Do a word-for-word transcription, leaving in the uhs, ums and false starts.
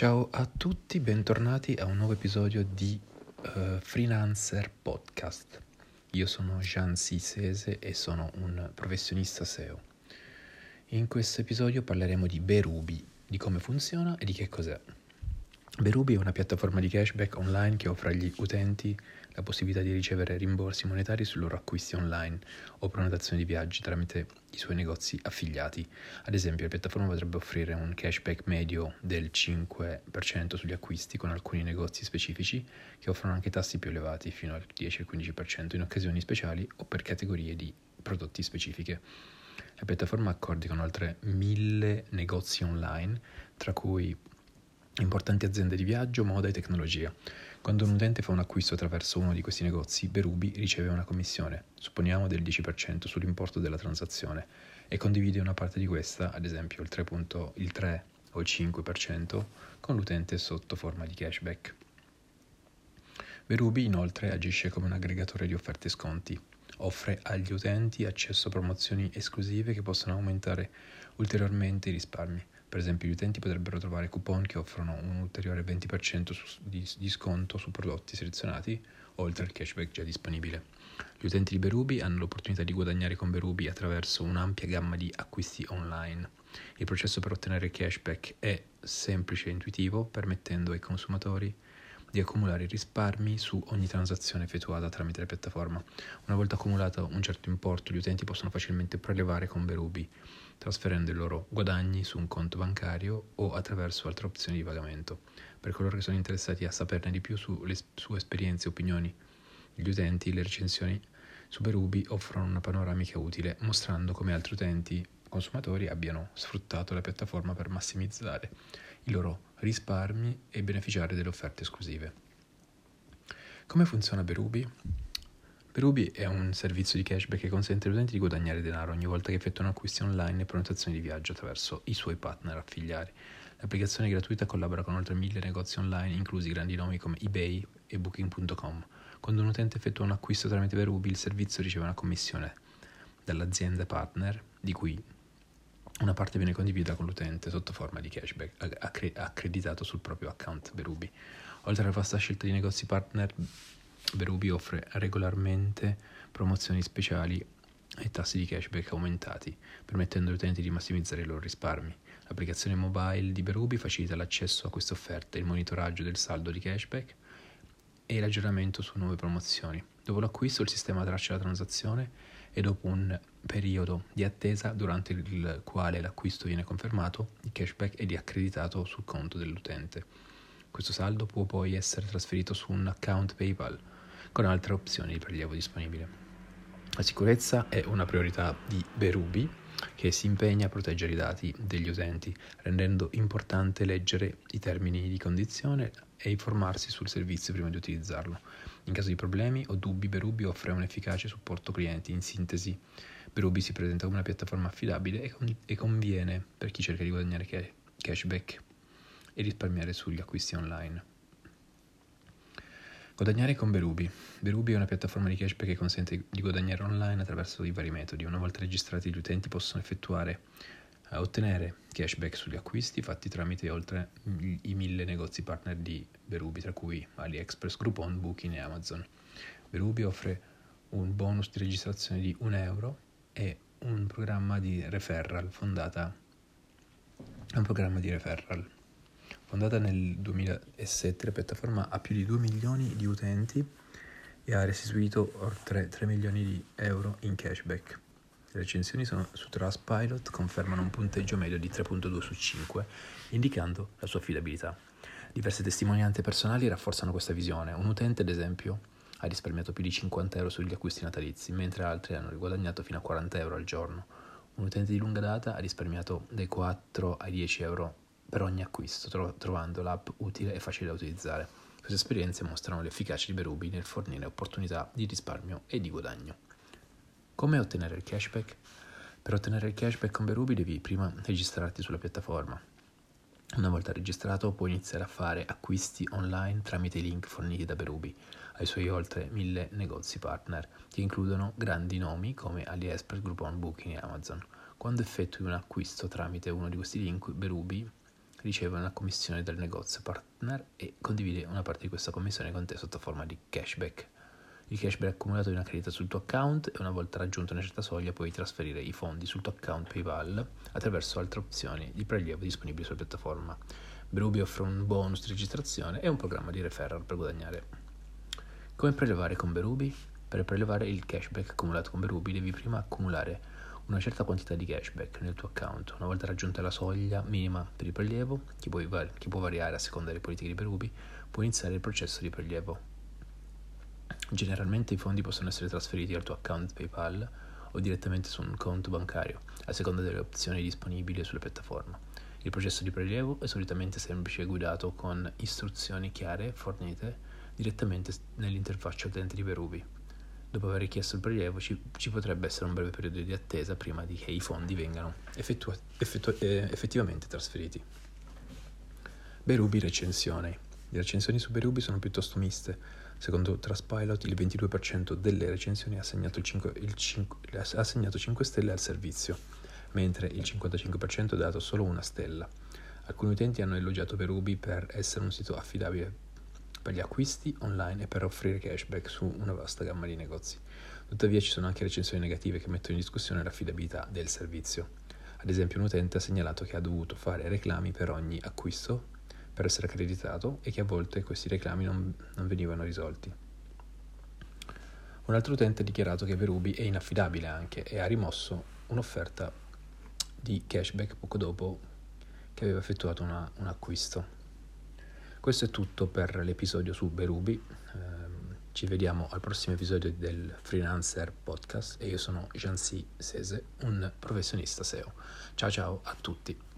Ciao a tutti, bentornati a un nuovo episodio di uh, Freelancer Podcast. Io sono Jean Sisese e sono un professionista S E O. In questo episodio parleremo di Berubi, di come funziona e di che cos'è. Berubi è una piattaforma di cashback online che offre agli utenti la possibilità di ricevere rimborsi monetari sui loro acquisti online o prenotazioni di viaggi tramite i suoi negozi affiliati. Ad esempio, la piattaforma potrebbe offrire un cashback medio del cinque per cento sugli acquisti, con alcuni negozi specifici che offrono anche tassi più elevati, fino al dieci al quindici per cento, in occasioni speciali o per categorie di prodotti specifiche. La piattaforma ha accordi con oltre mille negozi online, tra cui importanti aziende di viaggio, moda e tecnologia. Quando un utente fa un acquisto attraverso uno di questi negozi, Berubi riceve una commissione, supponiamo del dieci per cento sull'importo della transazione, e condivide una parte di questa, ad esempio il tre, il tre o il cinque per cento, con l'utente sotto forma di cashback. Berubi inoltre agisce come un aggregatore di offerte e sconti. Offre agli utenti accesso a promozioni esclusive che possono aumentare ulteriormente i risparmi. Per esempio, gli utenti potrebbero trovare coupon che offrono un ulteriore venti per cento su, di, di sconto su prodotti selezionati, oltre al cashback già disponibile. Gli utenti di Berubi hanno l'opportunità di guadagnare con Berubi attraverso un'ampia gamma di acquisti online. Il processo per ottenere cashback è semplice e intuitivo, permettendo ai consumatori di accumulare risparmi su ogni transazione effettuata tramite la piattaforma. Una volta accumulato un certo importo, gli utenti possono facilmente prelevare con Berubi, trasferendo i loro guadagni su un conto bancario o attraverso altre opzioni di pagamento. Per coloro che sono interessati a saperne di più sulle sue esperienze e opinioni degli utenti, le recensioni su Berubi offrono una panoramica utile, mostrando come altri utenti consumatori abbiano sfruttato la piattaforma per massimizzare i loro risparmi e beneficiare delle offerte esclusive. Come funziona Berubi? Berubi è un servizio di cashback che consente agli utenti di guadagnare denaro ogni volta che effettuano acquisti online e prenotazioni di viaggio attraverso i suoi partner affiliati. L'applicazione gratuita collabora con oltre mille negozi online, inclusi grandi nomi come eBay e Booking punto com. Quando un utente effettua un acquisto tramite Berubi, il servizio riceve una commissione dall'azienda partner, di cui una parte viene condivisa con l'utente sotto forma di cashback accreditato sul proprio account Berubi. Oltre alla vasta scelta di negozi partner, Berubi offre regolarmente promozioni speciali e tassi di cashback aumentati, permettendo agli utenti di massimizzare i loro risparmi. L'applicazione mobile di Berubi facilita l'accesso a queste offerte, il monitoraggio del saldo di cashback e l'aggiornamento su nuove promozioni. Dopo l'acquisto il sistema traccia la transazione e dopo un periodo di attesa durante il quale l'acquisto viene confermato, il cashback è riaccreditato sul conto dell'utente. Questo saldo può poi essere trasferito su un account PayPal con altre opzioni di prelievo disponibili. La sicurezza è una priorità di Berubi, che si impegna a proteggere i dati degli utenti, rendendo importante leggere i termini di condizione e informarsi sul servizio prima di utilizzarlo. In caso di problemi o dubbi, Berubi offre un efficace supporto clienti. In sintesi, Berubi si presenta come una piattaforma affidabile e, con- e conviene per chi cerca di guadagnare ca- cashback e risparmiare sugli acquisti online. Guadagnare con Berubi. Berubi è una piattaforma di cashback che consente di guadagnare online attraverso i vari metodi. Una volta registrati, gli utenti possono effettuare a ottenere cashback sugli acquisti fatti tramite oltre i mille negozi partner di Berubi, tra cui AliExpress, Groupon, Booking e Amazon. Berubi offre un bonus di registrazione di un euro e un programma di referral fondata è un programma di referral. Fondata nel duemilasette, la piattaforma ha più di due milioni di utenti e ha restituito oltre tre milioni di euro in cashback. Le recensioni sono su Trustpilot confermano un punteggio medio di tre virgola due su cinque, indicando la sua affidabilità. Diverse testimonianze personali rafforzano questa visione. Un utente, ad esempio, ha risparmiato più di cinquanta euro sugli acquisti natalizi, mentre altri hanno riguadagnato fino a quaranta euro al giorno. Un utente di lunga data ha risparmiato dai quattro ai dieci euro per ogni acquisto, tro- trovando l'app utile e facile da utilizzare. Queste esperienze mostrano l'efficacia di Berubi nel fornire opportunità di risparmio e di guadagno. Come ottenere il cashback? Per ottenere il cashback con Berubi devi prima registrarti sulla piattaforma. Una volta registrato puoi iniziare a fare acquisti online tramite i link forniti da Berubi ai suoi oltre mille negozi partner, che includono grandi nomi come AliExpress, Groupon, Booking e Amazon. Quando effettui un acquisto tramite uno di questi link, Berubi riceve una commissione dal negozio partner e condivide una parte di questa commissione con te sotto forma di cashback. Il cashback accumulato viene accredita sul tuo account e una volta raggiunta una certa soglia puoi trasferire i fondi sul tuo account PayPal attraverso altre opzioni di prelievo disponibili sulla piattaforma. Berubi offre un bonus di registrazione e un programma di referral per guadagnare. Come prelevare con Berubi? Per prelevare il cashback accumulato con Berubi devi prima accumulare una certa quantità di cashback nel tuo account. Una volta raggiunta la soglia minima per il prelievo, che, puoi var- che può variare a seconda delle politiche di Berubi, puoi iniziare il processo di prelievo. Generalmente i fondi possono essere trasferiti al tuo account PayPal o direttamente su un conto bancario, a seconda delle opzioni disponibili sulla piattaforma. Il processo di prelievo è solitamente semplice e guidato con istruzioni chiare fornite direttamente nell'interfaccia utente di Berubi. Dopo aver richiesto il prelievo ci, ci potrebbe essere un breve periodo di attesa prima di che i fondi vengano effettua- effettua- eh, effettivamente trasferiti. Berubi recensioni. Le recensioni su Berubi sono piuttosto miste. Secondo Trustpilot il ventidue per cento delle recensioni ha assegnato, il cinque, il cinque, ha assegnato cinque stelle al servizio, mentre il cinquantacinque per cento ha dato solo una stella. Alcuni utenti hanno elogiato Berubi per essere un sito affidabile per gli acquisti online e per offrire cashback su una vasta gamma di negozi. Tuttavia ci sono anche recensioni negative che mettono in discussione l'affidabilità del servizio. Ad esempio un utente ha segnalato che ha dovuto fare reclami per ogni acquisto per essere accreditato e che a volte questi reclami non, non venivano risolti. Un altro utente ha dichiarato che Berubi è inaffidabile anche e ha rimosso un'offerta di cashback poco dopo che aveva effettuato una, un acquisto. Questo è tutto per l'episodio su Berubi. Eh, ci vediamo al prossimo episodio del Freelancer Podcast e io sono Jancy Sese, un professionista S E O. Ciao ciao a tutti.